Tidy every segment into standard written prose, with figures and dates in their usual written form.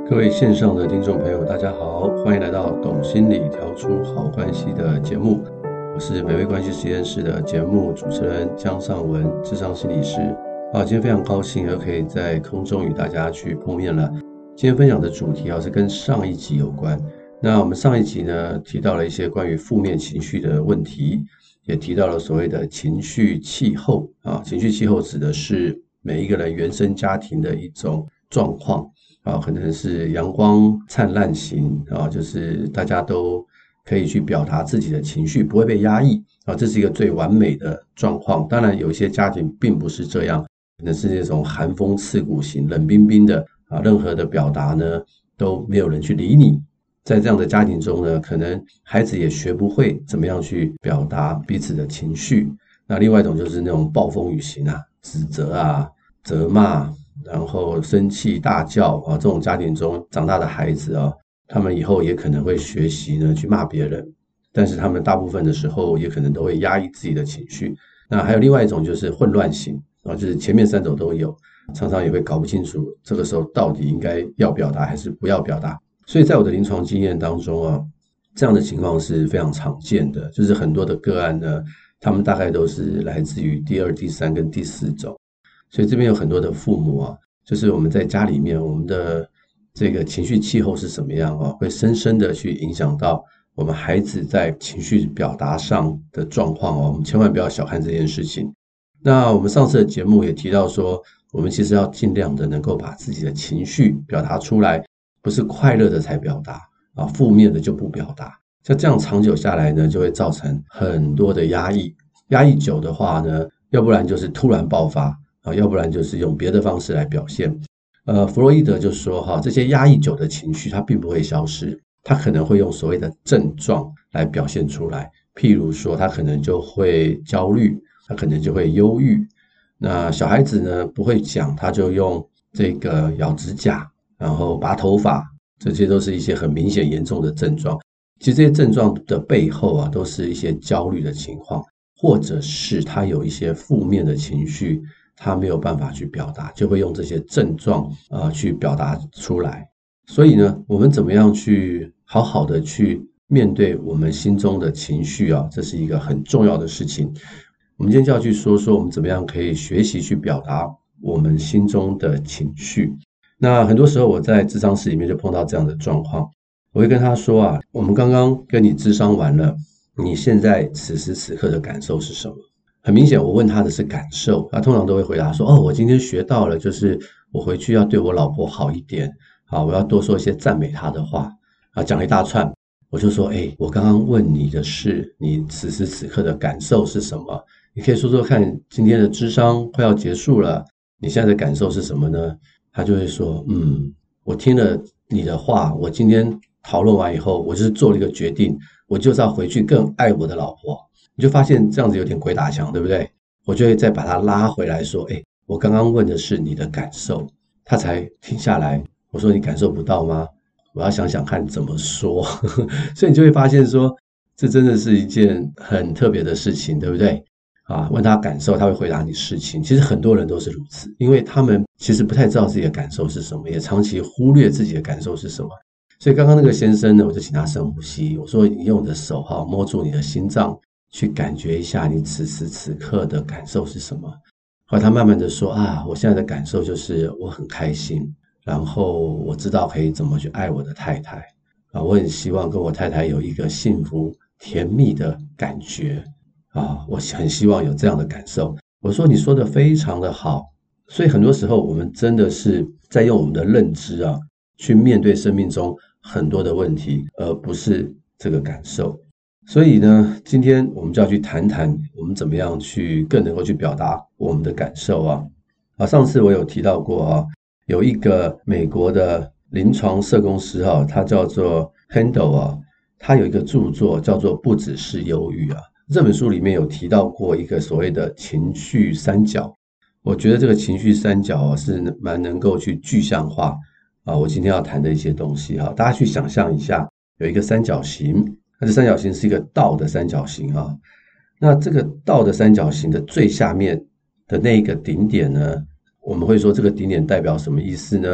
各位线上的听众朋友，大家好，欢迎来到懂心理调出好关系的节目。我是美味关系实验室的节目主持人江尚文，諮商心理师。今天非常高兴又可以在空中与大家去碰面了。今天分享的主题是跟上一集有关。那我们上一集呢提到了一些关于负面情绪的问题，也提到了所谓的情绪气候。情绪气候指的是每一个人原生家庭的一种状况。可能是阳光灿烂型，就是大家都可以去表达自己的情绪，不会被压抑，这是一个最完美的状况。当然有一些家庭并不是这样，可能是那种寒风刺骨型，冷冰冰的，任何的表达呢都没有人去理你。在这样的家庭中呢，可能孩子也学不会怎么样去表达彼此的情绪。那另外一种就是那种暴风雨型，指责责骂，然后生气大叫，这种家庭中长大的孩子，他们以后也可能会学习呢去骂别人，但是他们大部分的时候也可能都会压抑自己的情绪。那还有另外一种就是混乱型，就是前面三种都有，常常也会搞不清楚这个时候到底应该要表达还是不要表达。所以在我的临床经验当中，这样的情况是非常常见的，就是很多的个案呢，他们大概都是来自于第二、第三跟第四种。所以这边有很多的父母，就是我们在家里面，我们的这个情绪气候是什么样，会深深的去影响到我们孩子在情绪表达上的状况，我们千万不要小看这件事情。那我们上次的节目也提到说，我们其实要尽量的能够把自己的情绪表达出来，不是快乐的才表达，负面的就不表达。像这样长久下来呢，就会造成很多的压抑，压抑久的话呢，要不然就是突然爆发，要不然就是用别的方式来表现。弗洛伊德就说，这些压抑久的情绪它并不会消失，它可能会用所谓的症状来表现出来。譬如说他可能就会焦虑，他可能就会忧郁。那小孩子呢不会讲，他就用这个咬指甲，然后拔头发，这些都是一些很明显严重的症状。其实这些症状的背后，都是一些焦虑的情况，或者是他有一些负面的情绪，他没有办法去表达，就会用这些症状去表达出来。所以呢，我们怎么样去好好的去面对我们心中的情绪，这是一个很重要的事情。我们今天就要去说说我们怎么样可以学习去表达我们心中的情绪。那很多时候我在諮商室里面就碰到这样的状况，我会跟他说，我们刚刚跟你諮商完了，你现在此时此刻的感受是什么？很明显我问他的是感受，他通常都会回答说，我今天学到了，就是我回去要对我老婆好一点，我要多说一些赞美她的话，讲了一大串。我就说，我刚刚问你的是你此时此刻的感受是什么？你可以说说看，今天的諮商快要结束了，你现在的感受是什么呢？他就会说，我听了你的话，我今天讨论完以后，我就是做了一个决定，我就是要回去更爱我的老婆。你就发现这样子有点鬼打墙，对不对？我就会再把他拉回来说，我刚刚问的是你的感受，他才停下来。我说你感受不到吗？我要想想看怎么说。所以你就会发现说，这真的是一件很特别的事情，对不对？问他感受，他会回答你事情。其实很多人都是如此，因为他们其实不太知道自己的感受是什么，也长期忽略自己的感受是什么。所以刚刚那个先生呢，我就请他深呼吸，我说你用你的手摸住你的心脏，去感觉一下你此时此刻的感受是什么。后来他慢慢的说，我现在的感受就是我很开心，然后我知道可以怎么去爱我的太太，我很希望跟我太太有一个幸福甜蜜的感觉，我很希望有这样的感受。我说你说的非常的好。所以很多时候我们真的是在用我们的认知去面对生命中很多的问题，而不是这个感受。所以呢，今天我们就要去谈谈我们怎么样去更能够去表达我们的感受。上次我有提到过，有一个美国的临床社工师，他叫做 Handel，他有一个著作叫做不只是忧郁。这本书里面有提到过一个所谓的情绪三角。我觉得这个情绪三角是蛮能够去具象化我今天要谈的一些东西。大家去想象一下，有一个三角形，那这三角形是一个倒的三角形。那这个倒的三角形的最下面的那一个顶点呢，我们会说这个顶点代表什么意思呢？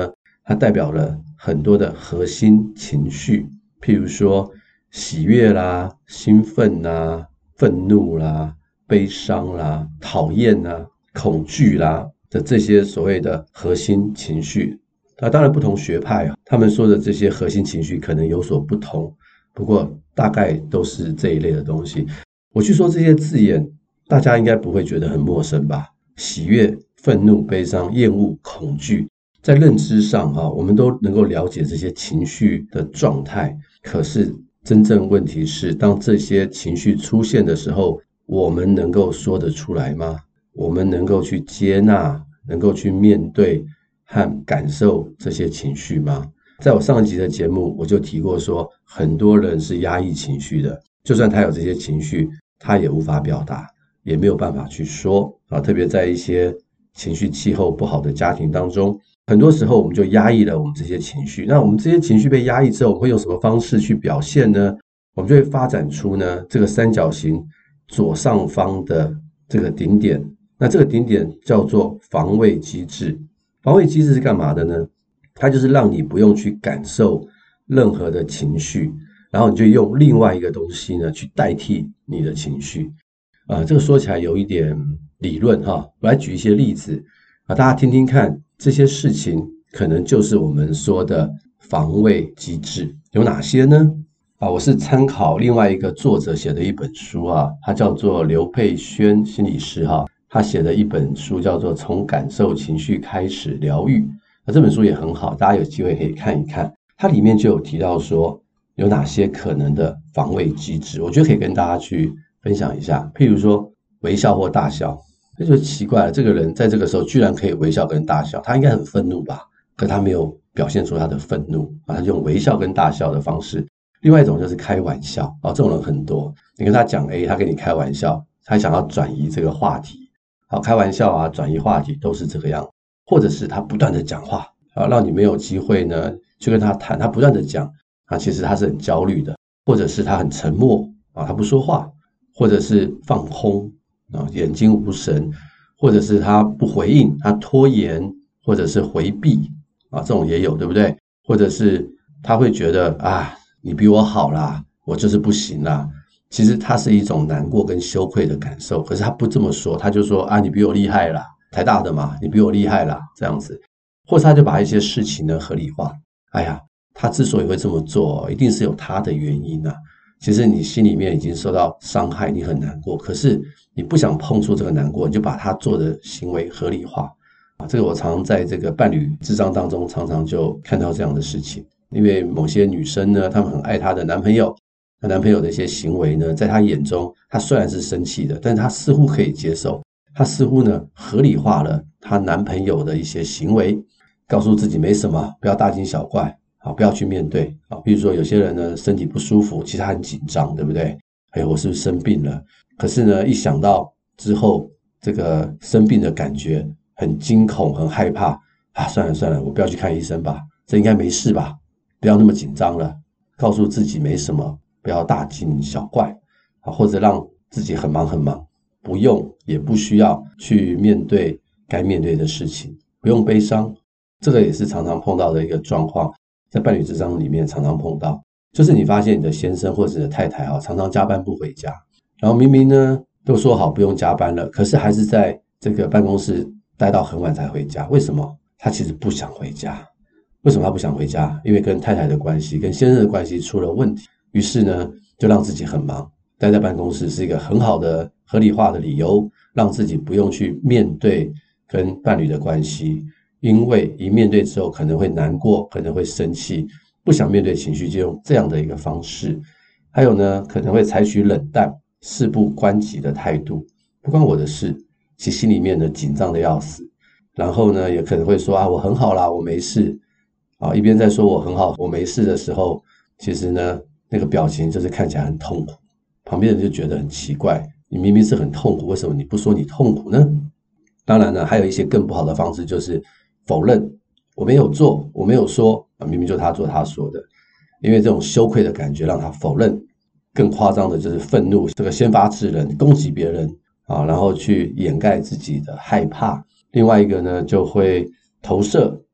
它代表了很多的核心情绪，譬如说喜悦啦、兴奋啦、愤怒啦、悲伤啦、讨厌啦、恐惧啦的这些所谓的核心情绪。当然不同学派他们说的这些核心情绪可能有所不同，不过大概都是这一类的东西。我去说这些字眼，大家应该不会觉得很陌生吧？喜悦、愤怒、悲伤、厌恶、恐惧，在认知上我们都能够了解这些情绪的状态。可是真正问题是，当这些情绪出现的时候，我们能够说得出来吗？我们能够去接纳，能够去面对和感受这些情绪吗？在我上一集的节目我就提过说，很多人是压抑情绪的，就算他有这些情绪，他也无法表达，也没有办法去说特别在一些情绪气候不好的家庭当中，很多时候我们就压抑了我们这些情绪。那我们这些情绪被压抑之后，我们会用什么方式去表现呢？我们就会发展出呢这个三角形左上方的这个顶点。那这个顶点叫做防卫机制。防卫机制是干嘛的呢？它就是让你不用去感受任何的情绪，然后你就用另外一个东西呢去代替你的情绪。这个说起来有一点理论我来举一些例子大家听听看，这些事情可能就是我们说的防卫机制。有哪些呢？我是参考另外一个作者写的一本书他叫做刘佩轩心理师他写的一本书叫做《从感受情绪开始疗愈》。这本书也很好，大家有机会可以看一看。它里面就有提到说有哪些可能的防卫机制，我觉得可以跟大家去分享一下。譬如说微笑或大笑，那就奇怪了，这个人在这个时候居然可以微笑跟大笑，他应该很愤怒吧？可他没有表现出他的愤怒他就用微笑跟大笑的方式。另外一种就是开玩笑这种人很多，你跟他讲 A， 他跟你开玩笑，他想要转移这个话题。开玩笑转移话题都是这个样，或者是他不断的讲话让你没有机会呢去跟他谈，他不断的讲其实他是很焦虑的，或者是他很沉默他不说话，或者是放空眼睛无神，或者是他不回应，他拖延，或者是回避这种也有，对不对？或者是他会觉得你比我好啦，我就是不行啦。其实它是一种难过跟羞愧的感受，可是他不这么说，他就说你比我厉害啦，台大的嘛，你比我厉害啦，这样子。或者他就把一些事情呢合理化，他之所以会这么做一定是有他的原因其实你心里面已经受到伤害，你很难过，可是你不想碰触这个难过，你就把他做的行为合理化这个我常在这个伴侣咨商当中常常就看到这样的事情。因为某些女生呢，她们很爱她的男朋友，她男朋友的一些行为呢，在她眼中，她虽然是生气的，但是她似乎可以接受，她似乎呢合理化了她男朋友的一些行为，告诉自己没什么，不要大惊小怪不要去面对比如说有些人呢身体不舒服，其实他很紧张，对不对？我是不是生病了？可是呢一想到之后这个生病的感觉，很惊恐很害怕算了，我不要去看医生吧，这应该没事吧，不要那么紧张了，告诉自己没什么，不要大惊小怪或者让自己很忙，不用也不需要去面对该面对的事情，不用悲伤。这个也是常常碰到的一个状况，在伴侣咨商里面常常碰到，就是你发现你的先生或者你的太太常常加班不回家，然后明明呢都说好不用加班了，可是还是在这个办公室待到很晚才回家。为什么？他其实不想回家。为什么他不想回家？因为跟太太的关系，跟先生的关系出了问题，于是呢就让自己很忙，待在办公室是一个很好的合理化的理由，让自己不用去面对跟伴侣的关系。因为一面对之后可能会难过，可能会生气，不想面对情绪，就用这样的一个方式。还有呢，可能会采取冷淡、事不关己的态度，不关我的事，其实心里面呢紧张的要死。然后呢，也可能会说我很好啦，我没事一边在说我很好，我没事的时候，其实呢那个表情就是看起来很痛苦。旁边人就觉得很奇怪，你明明是很痛苦，为什么你不说你痛苦呢？当然呢，还有一些更不好的方式，就是否认，我没有做，我没有说明明就他做他说的。因为这种羞愧的感觉让他否认。更夸张的就是愤怒，这个先发制人，攻击别人然后去掩盖自己的害怕。另外一个呢，就会投射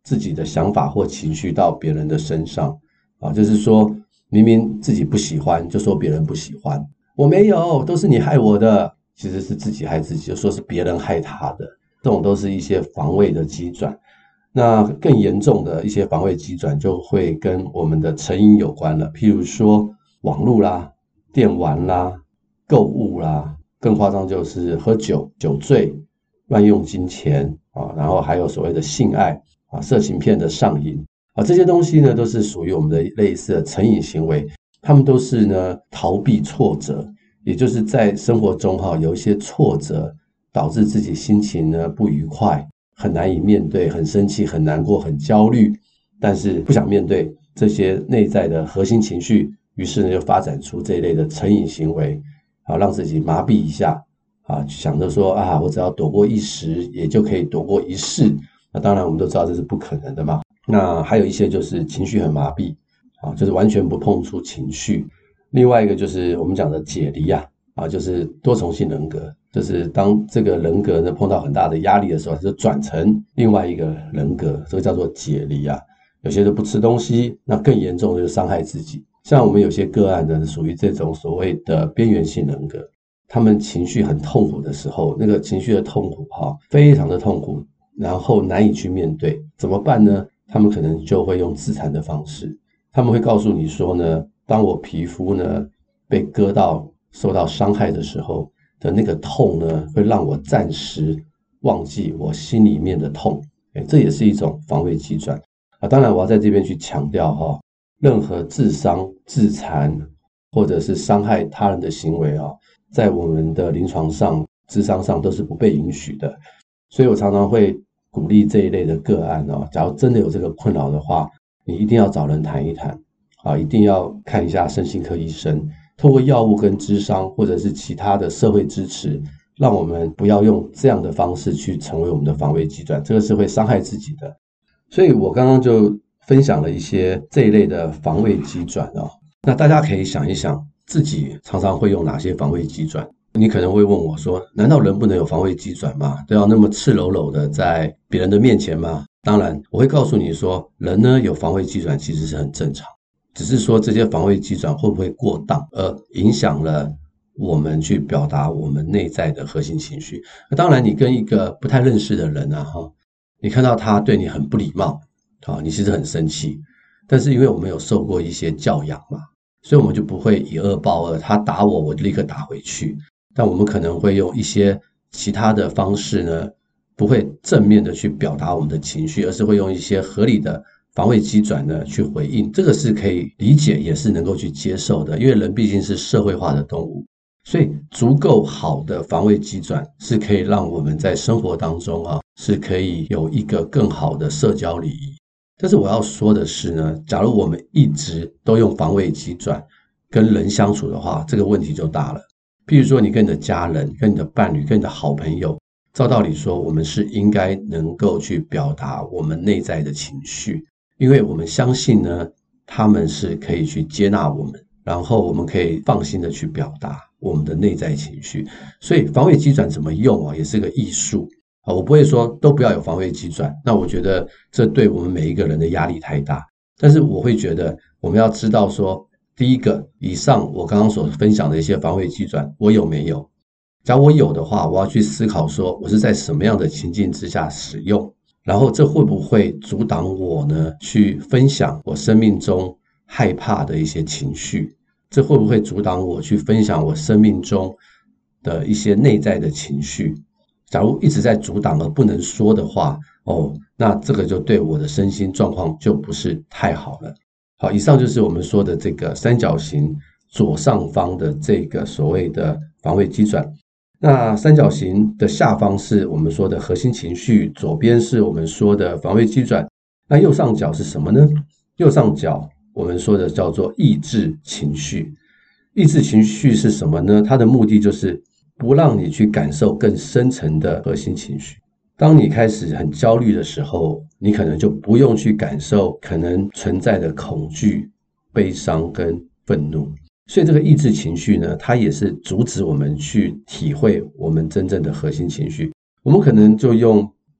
自己的想法或情绪到别人的身上就是说明明自己不喜欢就说别人不喜欢，我没有，都是你害我的，其实是自己害自己，就说是别人害他的，这种都是一些防卫的机转。那更严重的一些防卫机转就会跟我们的成瘾有关了，譬如说网络啦、电玩啦、购物啦，更夸张就是喝酒、酒醉、乱用金钱然后还有所谓的性爱色情片的上瘾这些东西呢都是属于我们的类似的成瘾行为，他们都是呢逃避挫折，也就是在生活中有一些挫折导致自己心情呢不愉快，很难以面对，很生气，很难过，很焦虑，但是不想面对这些内在的核心情绪，于是呢就发展出这一类的成瘾行为让自己麻痹一下想着说我只要躲过一时也就可以躲过一世，那当然我们都知道这是不可能的嘛。那还有一些就是情绪很麻痹就是完全不碰触情绪。另外一个就是我们讲的解离就是多重性人格，就是当这个人格呢碰到很大的压力的时候，就转成另外一个人格，这个叫做解离有些就不吃东西，那更严重的就是伤害自己。像我们有些个案呢属于这种所谓的边缘性人格，他们情绪很痛苦的时候，那个情绪的痛苦非常的痛苦，然后难以去面对，怎么办呢？他们可能就会用自残的方式，他们会告诉你说呢，当我皮肤呢被割到受到伤害的时候的那个痛呢，会让我暂时忘记我心里面的痛这也是一种防卫机转当然我要在这边去强调任何自伤、自残或者是伤害他人的行为在我们的临床上、諮商上都是不被允许的。所以我常常会鼓励这一类的个案假如真的有这个困扰的话，你一定要找人谈一谈一定要看一下身心科医生，透过药物跟諮商或者是其他的社会支持，让我们不要用这样的方式去成为我们的防卫机转，这个是会伤害自己的。所以我刚刚就分享了一些这一类的防卫机转那大家可以想一想自己常常会用哪些防卫机转。你可能会问我说，难道人不能有防卫机转吗？都要那么赤裸裸的在别人的面前吗？当然我会告诉你说，人呢有防卫机转其实是很正常，只是说这些防卫机转会不会过当而影响了我们去表达我们内在的核心情绪。那当然你跟一个不太认识的人你看到他对你很不礼貌你其实很生气，但是因为我们有受过一些教养嘛，所以我们就不会以恶报恶，他打我我就立刻打回去，但我们可能会用一些其他的方式呢，不会正面的去表达我们的情绪，而是会用一些合理的防卫机转呢去回应，这个是可以理解也是能够去接受的，因为人毕竟是社会化的动物，所以足够好的防卫机转是可以让我们在生活当中是可以有一个更好的社交礼仪。但是我要说的是呢，假如我们一直都用防卫机转跟人相处的话，这个问题就大了。譬如说你跟你的家人、跟你的伴侣、跟你的好朋友，照道理说我们是应该能够去表达我们内在的情绪，因为我们相信呢，他们是可以去接纳我们，然后我们可以放心的去表达我们的内在情绪。所以防卫机转怎么用也是个艺术我不会说都不要有防卫机转，那我觉得这对我们每一个人的压力太大，但是我会觉得我们要知道说，第一个，以上我刚刚所分享的一些防卫机转我有没有，假如我有的话，我要去思考说我是在什么样的情境之下使用，然后这会不会阻挡我呢去分享我生命中害怕的一些情绪，这会不会阻挡我去分享我生命中的一些内在的情绪。假如一直在阻挡而不能说的话那这个就对我的身心状况就不是太好了。好，以上就是我们说的这个三角形左上方的这个所谓的防卫机转。那三角形的下方是我们说的核心情绪，左边是我们说的防卫机转，那右上角是什么呢？右上角我们说的叫做抑制情绪。抑制情绪是什么呢？它的目的就是不让你去感受更深层的核心情绪。当你开始很焦虑的时候，你可能就不用去感受可能存在的恐惧、悲伤跟愤怒。所以这个抑制情绪呢，它也是阻止我们去体会我们真正的核心情绪。我们可能就用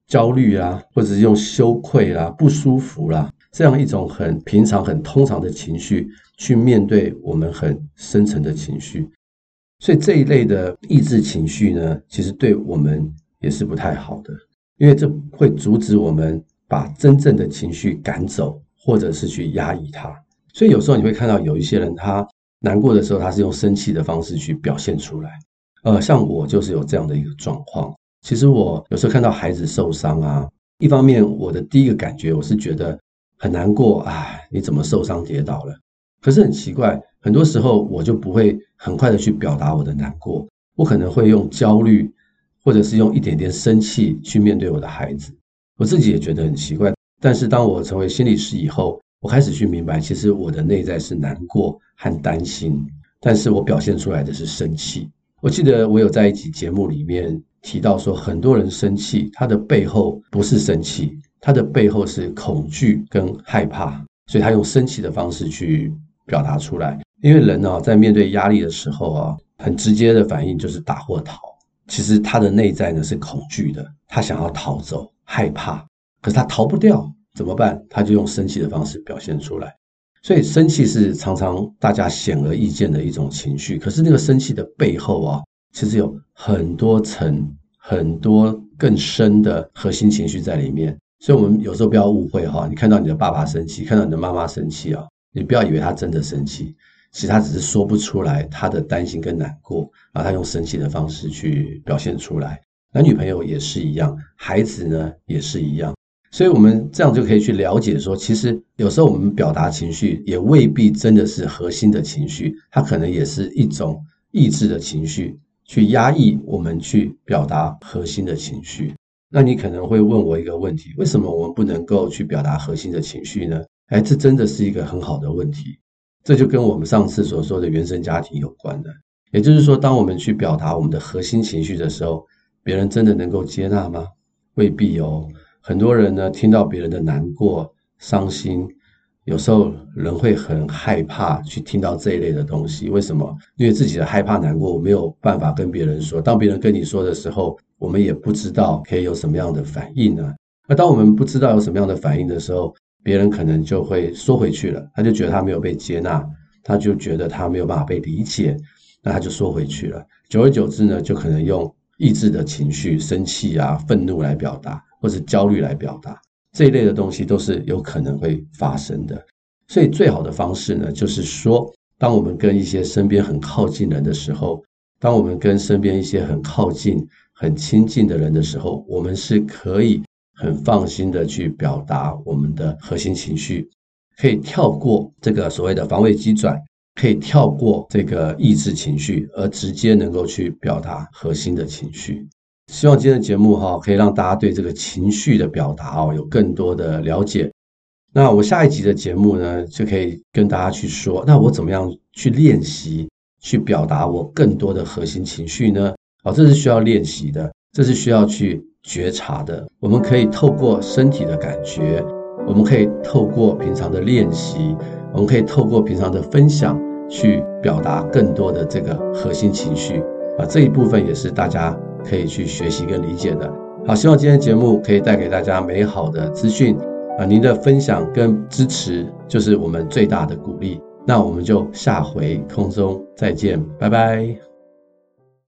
焦虑啊，或者是用羞愧啦、不舒服啦，这样一种很平常、很通常的情绪去面对我们很深层的情绪。所以这一类的抑制情绪呢，其实对我们也是不太好的，因为这会阻止我们把真正的情绪赶走，或者是去压抑它。所以有时候你会看到有一些人，他难过的时候，他是用生气的方式去表现出来。像我就是有这样的一个状况。其实我有时候看到孩子受伤啊，一方面我的第一个感觉我是觉得很难过，你怎么受伤跌倒了？可是很奇怪，很多时候我就不会很快的去表达我的难过，我可能会用焦虑，或者是用一点点生气去面对我的孩子。我自己也觉得很奇怪，但是当我成为心理师以后，我开始去明白，其实我的内在是难过和担心，但是我表现出来的是生气。我记得我有在一集节目里面提到说，很多人生气，他的背后不是生气，他的背后是恐惧跟害怕，所以他用生气的方式去表达出来。因为人在面对压力的时候很直接的反应就是打或逃。其实他的内在呢是恐惧的，他想要逃走，害怕，可是他逃不掉，怎么办？他就用生气的方式表现出来。所以生气是常常大家显而易见的一种情绪，可是那个生气的背后其实有很多层、很多更深的核心情绪在里面。所以我们有时候不要误会你看到你的爸爸生气，看到你的妈妈生气你不要以为他真的生气，其实他只是说不出来他的担心跟难过，然后他用生气的方式去表现出来。男女朋友也是一样，孩子呢也是一样。所以我们这样就可以去了解说，其实有时候我们表达情绪也未必真的是核心的情绪，它可能也是一种抑制的情绪，去压抑我们去表达核心的情绪。那你可能会问我一个问题，为什么我们不能够去表达核心的情绪呢？这真的是一个很好的问题。这就跟我们上次所说的原生家庭有关的。也就是说，当我们去表达我们的核心情绪的时候，别人真的能够接纳吗？未必很多人呢，听到别人的难过、伤心，有时候人会很害怕去听到这一类的东西。为什么？因为自己的害怕、难过，我没有办法跟别人说。当别人跟你说的时候，我们也不知道可以有什么样的反应呢？那当我们不知道有什么样的反应的时候，别人可能就会缩回去了，他就觉得他没有被接纳，他就觉得他没有办法被理解，那他就缩回去了。久而久之呢，就可能用抑制的情绪、生气愤怒来表达，或是焦虑来表达，这一类的东西都是有可能会发生的。所以最好的方式呢，就是说，当我们跟一些身边很靠近人的时候，当我们跟身边一些很靠近、很亲近的人的时候，我们是可以很放心的去表达我们的核心情绪，可以跳过这个所谓的防卫机转，可以跳过这个抑制情绪，而直接能够去表达核心的情绪。希望今天的节目可以让大家对这个情绪的表达有更多的了解。那我下一集的节目呢，就可以跟大家去说，那我怎么样去练习去表达我更多的核心情绪呢？这是需要练习的，这是需要去觉察的。我们可以透过身体的感觉，我们可以透过平常的练习，我们可以透过平常的分享去表达更多的这个核心情绪这一部分也是大家可以去学习跟理解的。好，希望今天的节目可以带给大家美好的资讯您的分享跟支持就是我们最大的鼓励。那我们就下回空中再见，拜拜。